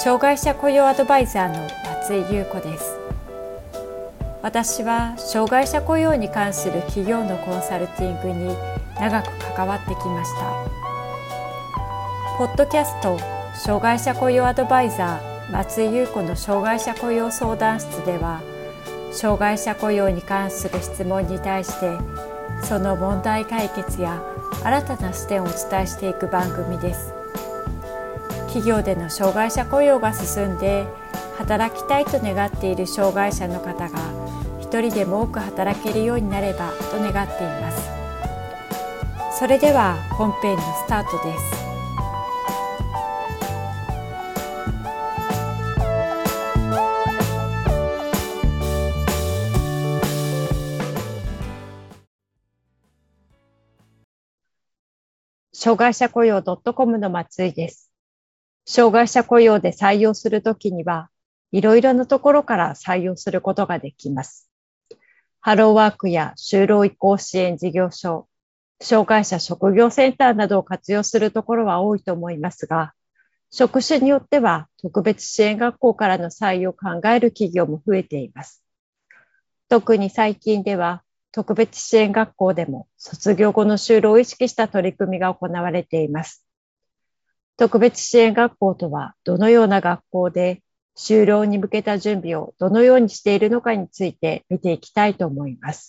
障害者雇用アドバイザーの松井優子です。私は障害者雇用に関する企業のコンサルティングに長く関わってきました。ポッドキャスト障害者雇用アドバイザー松井優子の障害者雇用相談室では、障害者雇用に関する質問に対してその問題解決や新たな視点をお伝えしていく番組です。企業での障害者雇用が進んで働きたいと願っている障害者の方が一人でも多く働けるようになればと願っています。それでは本編のスタートです。障害者雇用 .com の松井です。障害者雇用で採用するときには、いろいろなところから採用することができます。ハローワークや就労移行支援事業所、障害者職業センターなどを活用するところは多いと思いますが、職種によっては特別支援学校からの採用を考える企業も増えています。特に最近では、特別支援学校でも卒業後の就労を意識した取り組みが行われています。特別支援学校とはどのような学校で就労に向けた準備をどのようにしているのかについて見ていきたいと思います。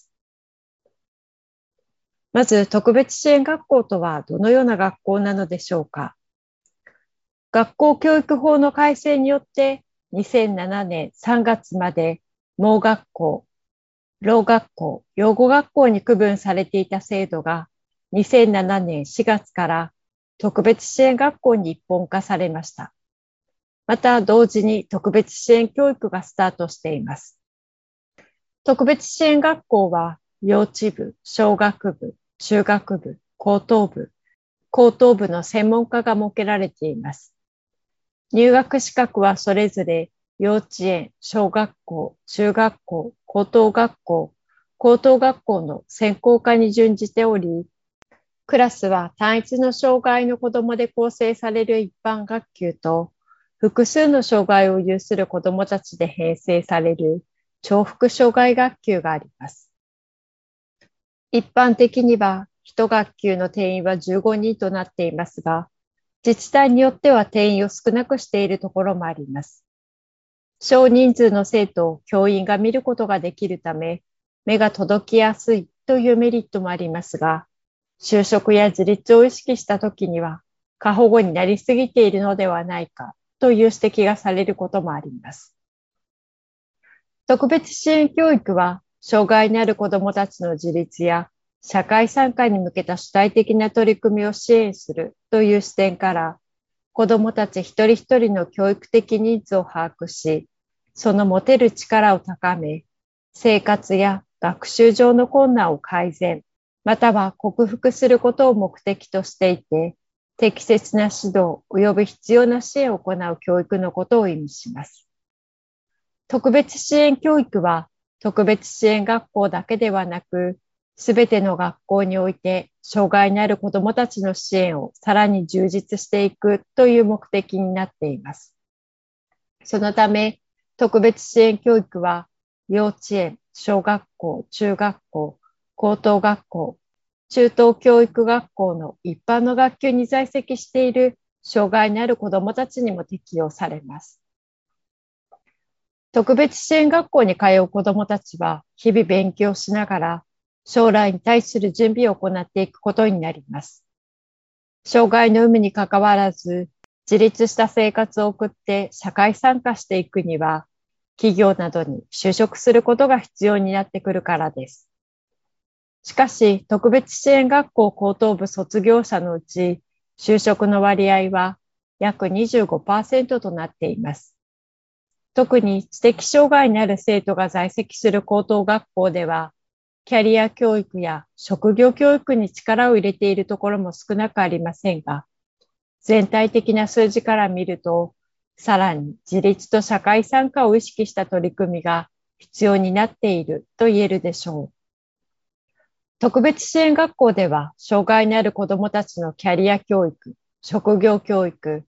まず特別支援学校とはどのような学校なのでしょうか。学校教育法の改正によって2007年3月まで盲学校、ろう学校、養護学校に区分されていた制度が2007年4月から特別支援学校に一本化されました。また同時に特別支援教育がスタートしています。特別支援学校は幼稚部、小学部、中学部、高等部の専門家が設けられています。入学資格はそれぞれ幼稚園、小学校、中学校、高等学校の専攻科に準じており、クラスは単一の障害の子どもで構成される一般学級と、複数の障害を有する子どもたちで編成される重複障害学級があります。一般的には一学級の定員は15人となっていますが、自治体によっては定員を少なくしているところもあります。少人数の生徒を教員が見ることができるため、目が届きやすいというメリットもありますが、就職や自立を意識したときには、過保護になりすぎているのではないかという指摘がされることもあります。特別支援教育は、障害のある子どもたちの自立や社会参加に向けた主体的な取り組みを支援するという視点から、子どもたち一人一人の教育的ニーズを把握し、その持てる力を高め、生活や学習上の困難を改善、または克服することを目的としていて、適切な指導及び必要な支援を行う教育のことを意味します。特別支援教育は、特別支援学校だけではなく、すべての学校において、障害のある子どもたちの支援をさらに充実していくという目的になっています。そのため、特別支援教育は、幼稚園、小学校、中学校、高等学校、中等教育学校の一般の学級に在籍している障害のある子どもたちにも適用されます。特別支援学校に通う子どもたちは、日々勉強しながら、将来に対する準備を行っていくことになります。障害の有無にかかわらず、自立した生活を送って社会参加していくには、企業などに就職することが必要になってくるからです。しかし、特別支援学校高等部卒業者のうち、就職の割合は約 25% となっています。特に知的障害のある生徒が在籍する高等学校では、キャリア教育や職業教育に力を入れているところも少なくありませんが、全体的な数字から見ると、さらに自立と社会参加を意識した取り組みが必要になっていると言えるでしょう。特別支援学校では、障害のある子どもたちのキャリア教育、職業教育、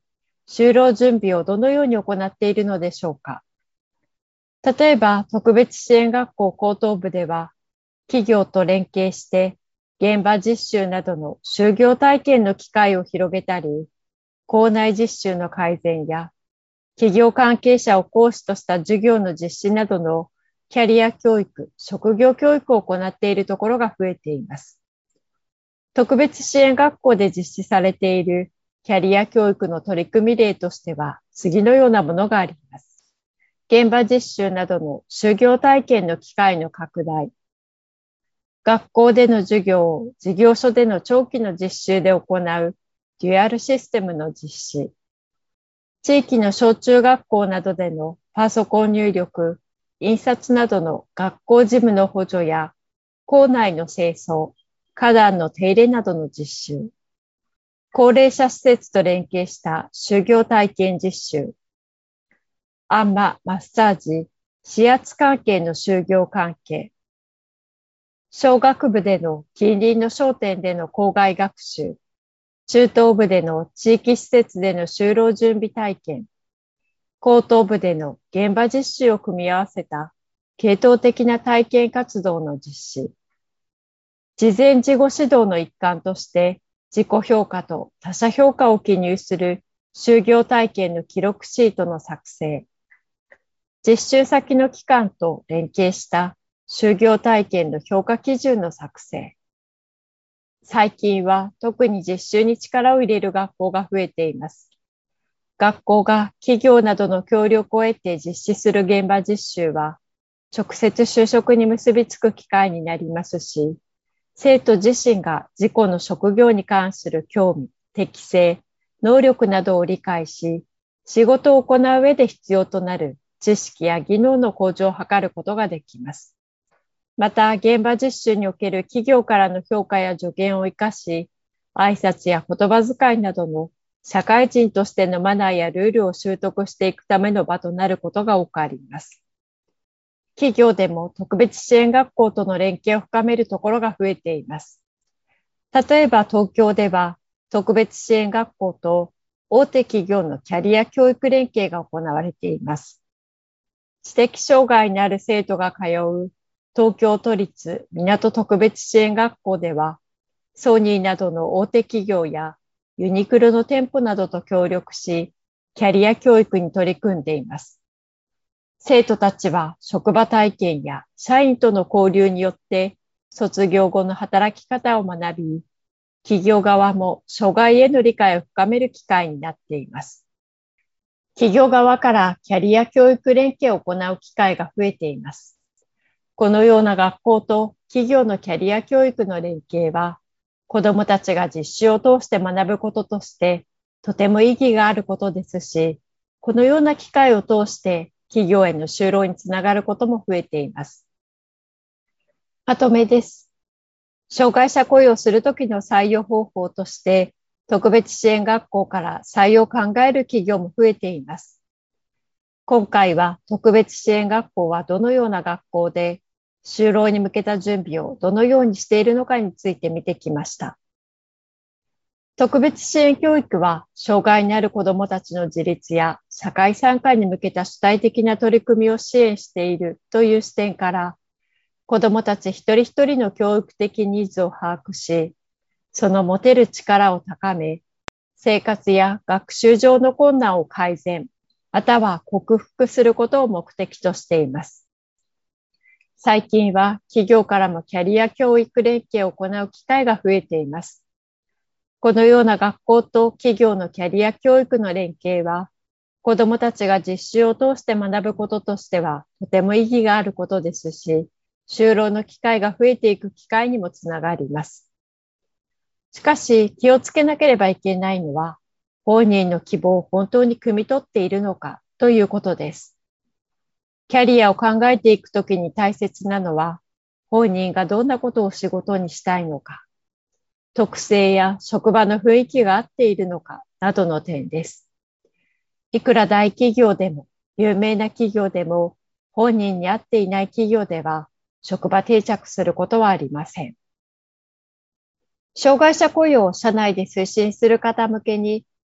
就労準備をどのように行っているのでしょうか。例えば、特別支援学校高等部では、企業と連携して現場実習などの就業体験の機会を広げたり、校内実習の改善や企業関係者を講師とした授業の実施などのキャリア教育、職業教育を行っているところが増えています。特別支援学校で実施されているキャリア教育の取り組み例としては、次のようなものがあります。現場実習などの就業体験の機会の拡大、学校での授業を事業所での長期の実習で行うデュアルシステムの実施、地域の小中学校などでのパソコン入力、印刷などの学校事務の補助や、校内の清掃、花壇の手入れなどの実習、高齢者施設と連携した就業体験実習、マッサージ、指圧関係の就業関係、小学部での近隣の商店での校外学習、中等部での地域施設での就労準備体験、高等部での現場実習を組み合わせた系統的な体験活動の実施、事前事後指導の一環として自己評価と他者評価を記入する就業体験の記録シートの作成、実習先の機関と連携した就業体験の評価基準の作成。最近は特に実習に力を入れる学校が増えています。学校が企業などの協力を得て実施する現場実習は、直接就職に結びつく機会になりますし、生徒自身が自己の職業に関する興味、適性、能力などを理解し、仕事を行う上で必要となる知識や技能の向上を図ることができます。また、現場実習における企業からの評価や助言を生かし、挨拶や言葉遣いなどの社会人としてのマナーやルールを習得していくための場となることが多くあります。企業でも特別支援学校との連携を深めるところが増えています。例えば東京では特別支援学校と大手企業のキャリア教育連携が行われています。知的障害のある生徒が通う東京都立港特別支援学校では、ソニーなどの大手企業やユニクロの店舗などと協力し、キャリア教育に取り組んでいます。生徒たちは職場体験や社員との交流によって卒業後の働き方を学び、企業側も障害への理解を深める機会になっています。企業側からキャリア教育連携を行う機会が増えています。このような学校と企業のキャリア教育の連携は、子どもたちが実習を通して学ぶこととしてとても意義があることですし、このような機会を通して企業への就労につながることも増えています。まとめです。障害者雇用するときの採用方法として、特別支援学校から採用を考える企業も増えています。今回は特別支援学校はどのような学校で、就労に向けた準備をどのようにしているのかについて見てきました。特別支援教育は、障害のある子どもたちの自立や社会参加に向けた主体的な取り組みを支援しているという視点から、子どもたち一人一人の教育的ニーズを把握し、その持てる力を高め、生活や学習上の困難を改善、または克服することを目的としています。最近は企業からもキャリア教育連携を行う機会が増えています。このような学校と企業のキャリア教育の連携は、子どもたちが実習を通して学ぶこととしてはとても意義があることですし、就労の機会が増えていく機会にもつながります。しかし気をつけなければいけないのは、本人の希望を本当に汲み取っているのかということです。キャリアを考えていくときに大切なのは、本人がどんなことを仕事にしたいのか、特性や職場の雰囲気が合っているのかなどの点です。いくら大企業でも有名な企業でも本人に合っていない企業では職場定着することはありません。障害者雇用を社内で推進する方向けに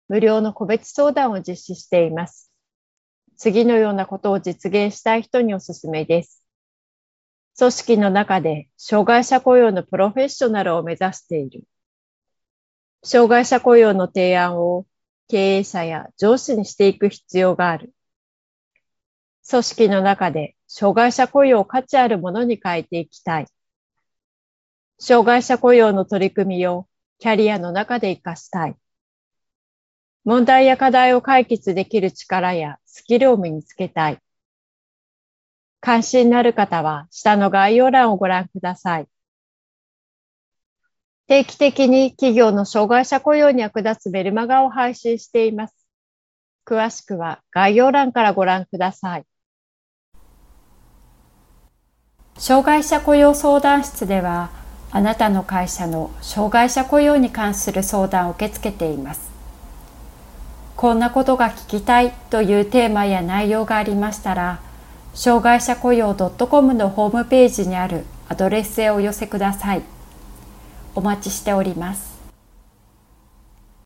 無料の個別相談を実施しています。次のようなことを実現したい人におすすめです。組織の中で障害者雇用のプロフェッショナルを目指している。障害者雇用の提案を経営者や上司にしていく必要がある。組織の中で障害者雇用を価値あるものに変えていきたい。障害者雇用の取り組みをキャリアの中で活かしたい。問題や課題を解決できる力やスキルを身につけたい。関心のある方は下の概要欄をご覧ください。定期的に企業の障害者雇用に役立つメルマガを配信しています。詳しくは概要欄からご覧ください。障害者雇用相談室では、あなたの会社の障害者雇用に関する相談を受け付けています。こんなことが聞きたいというテーマや内容がありましたら、障害者雇用 .com のホームページにあるアドレスへお寄せください。お待ちしております。